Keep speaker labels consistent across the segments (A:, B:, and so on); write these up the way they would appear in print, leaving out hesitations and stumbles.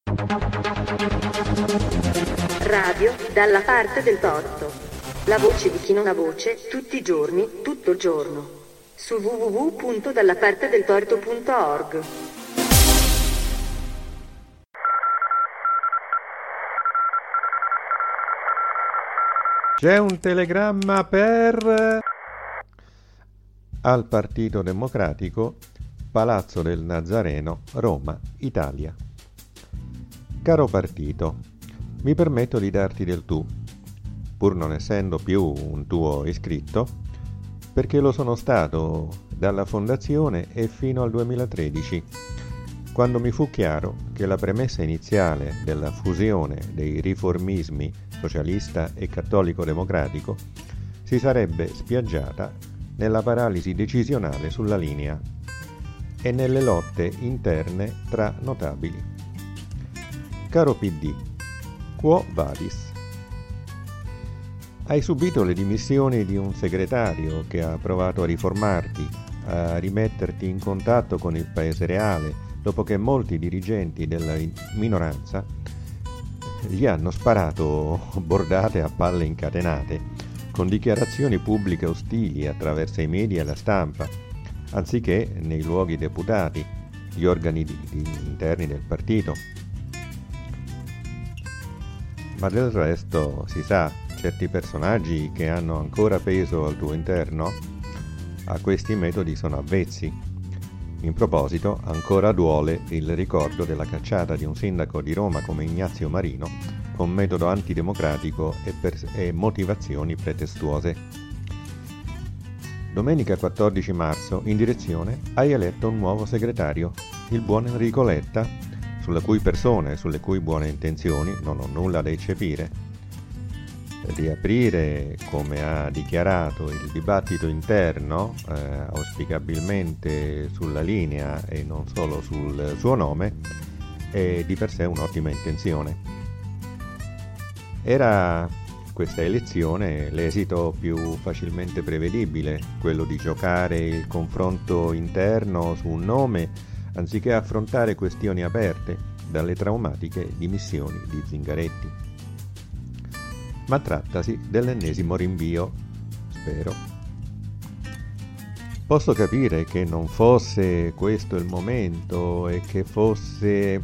A: Radio dalla parte del torto. La voce di chi non ha voce, tutti i giorni, tutto il giorno. Su www.dallapartedeltorto.org.
B: C'è un telegramma per... al Partito Democratico, Palazzo del Nazareno, Roma, Italia. Caro partito, mi permetto di darti del tu, pur non essendo più un tuo iscritto, perché lo sono stato dalla fondazione e fino al 2013, quando mi fu chiaro che la premessa iniziale della fusione dei riformismi socialista e cattolico-democratico si sarebbe spiaggiata nella paralisi decisionale sulla linea e nelle lotte interne tra notabili. Caro PD, quo vadis? Hai subito le dimissioni di un segretario che ha provato a riformarti, a rimetterti in contatto con il paese reale, dopo che molti dirigenti della minoranza gli hanno sparato bordate a palle incatenate, con dichiarazioni pubbliche ostili attraverso i media e la stampa, anziché nei luoghi deputati, gli organi interni del partito. Ma del resto, si sa, certi personaggi che hanno ancora peso al tuo interno a questi metodi sono avvezzi. In proposito, ancora duole il ricordo della cacciata di un sindaco di Roma come Ignazio Marino con metodo antidemocratico e motivazioni pretestuose. Domenica 14 marzo, in direzione, hai eletto un nuovo segretario, il buon Enrico Letta, sulle cui persone e sulle cui buone intenzioni non ho nulla da eccepire. Riaprire, come ha dichiarato, il dibattito interno, auspicabilmente sulla linea e non solo sul suo nome, è di per sé un'ottima intenzione. Era questa elezione l'esito più facilmente prevedibile, quello di giocare il confronto interno su un nome anziché affrontare questioni aperte dalle traumatiche dimissioni di Zingaretti. Ma trattasi dell'ennesimo rinvio, spero. Posso capire che non fosse questo il momento e che fosse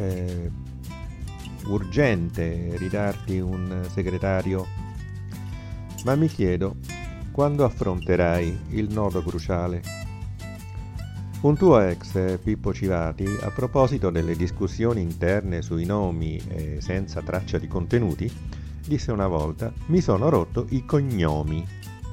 B: urgente ridarti un segretario, ma mi chiedo quando affronterai il nodo cruciale. Un tuo ex, Pippo Civati, a proposito delle discussioni interne sui nomi senza traccia di contenuti, disse una volta: mi sono rotto i cognomi.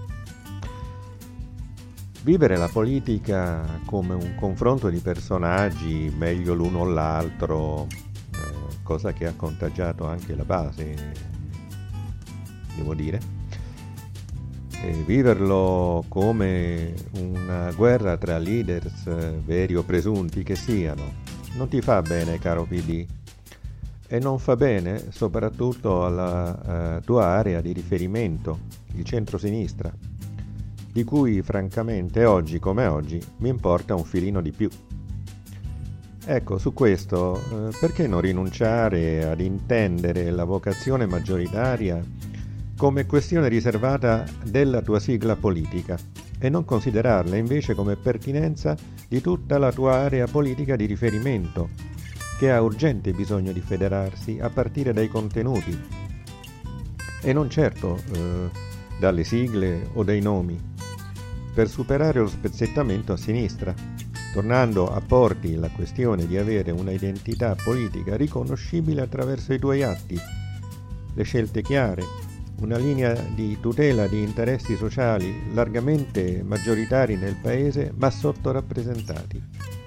B: Vivere la politica come un confronto di personaggi, meglio l'uno o l'altro, cosa che ha contagiato anche la base, devo dire, e viverlo come una guerra tra leaders, veri o presunti che siano, non ti fa bene, caro PD, e non fa bene soprattutto alla tua area di riferimento, il centro-sinistra, di cui francamente oggi come oggi mi importa un filino di più. Ecco, su questo, perché non rinunciare ad intendere la vocazione maggioritaria come questione riservata della tua sigla politica e non considerarla invece come pertinenza di tutta la tua area politica di riferimento, che ha urgente bisogno di federarsi a partire dai contenuti e non certo dalle sigle o dai nomi, per superare lo spezzettamento a sinistra, tornando a porti la questione di avere una identità politica riconoscibile attraverso i tuoi atti, le scelte chiare, una linea di tutela di interessi sociali largamente maggioritari nel paese ma sottorappresentati.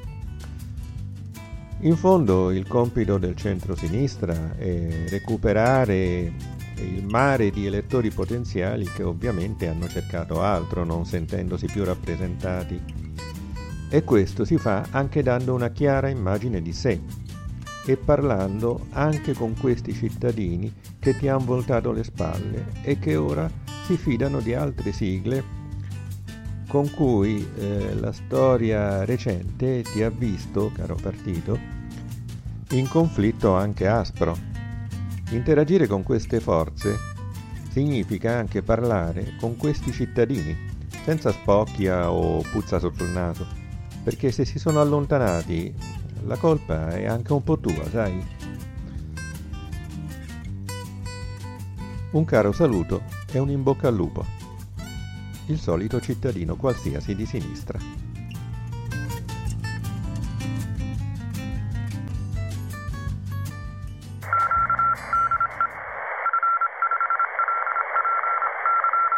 B: In fondo il compito del centro-sinistra è recuperare il mare di elettori potenziali che ovviamente hanno cercato altro non sentendosi più rappresentati, e questo si fa anche dando una chiara immagine di sé e parlando anche con questi cittadini che ti hanno voltato le spalle e che ora si fidano di altre sigle con cui la storia recente ti ha visto, caro partito, in conflitto anche aspro. Interagire con queste forze significa anche parlare con questi cittadini, senza spocchia o puzza sotto il naso, perché se si sono allontanati la colpa è anche un po' tua, sai? Un caro saluto e un in bocca al lupo. Il solito cittadino qualsiasi di sinistra.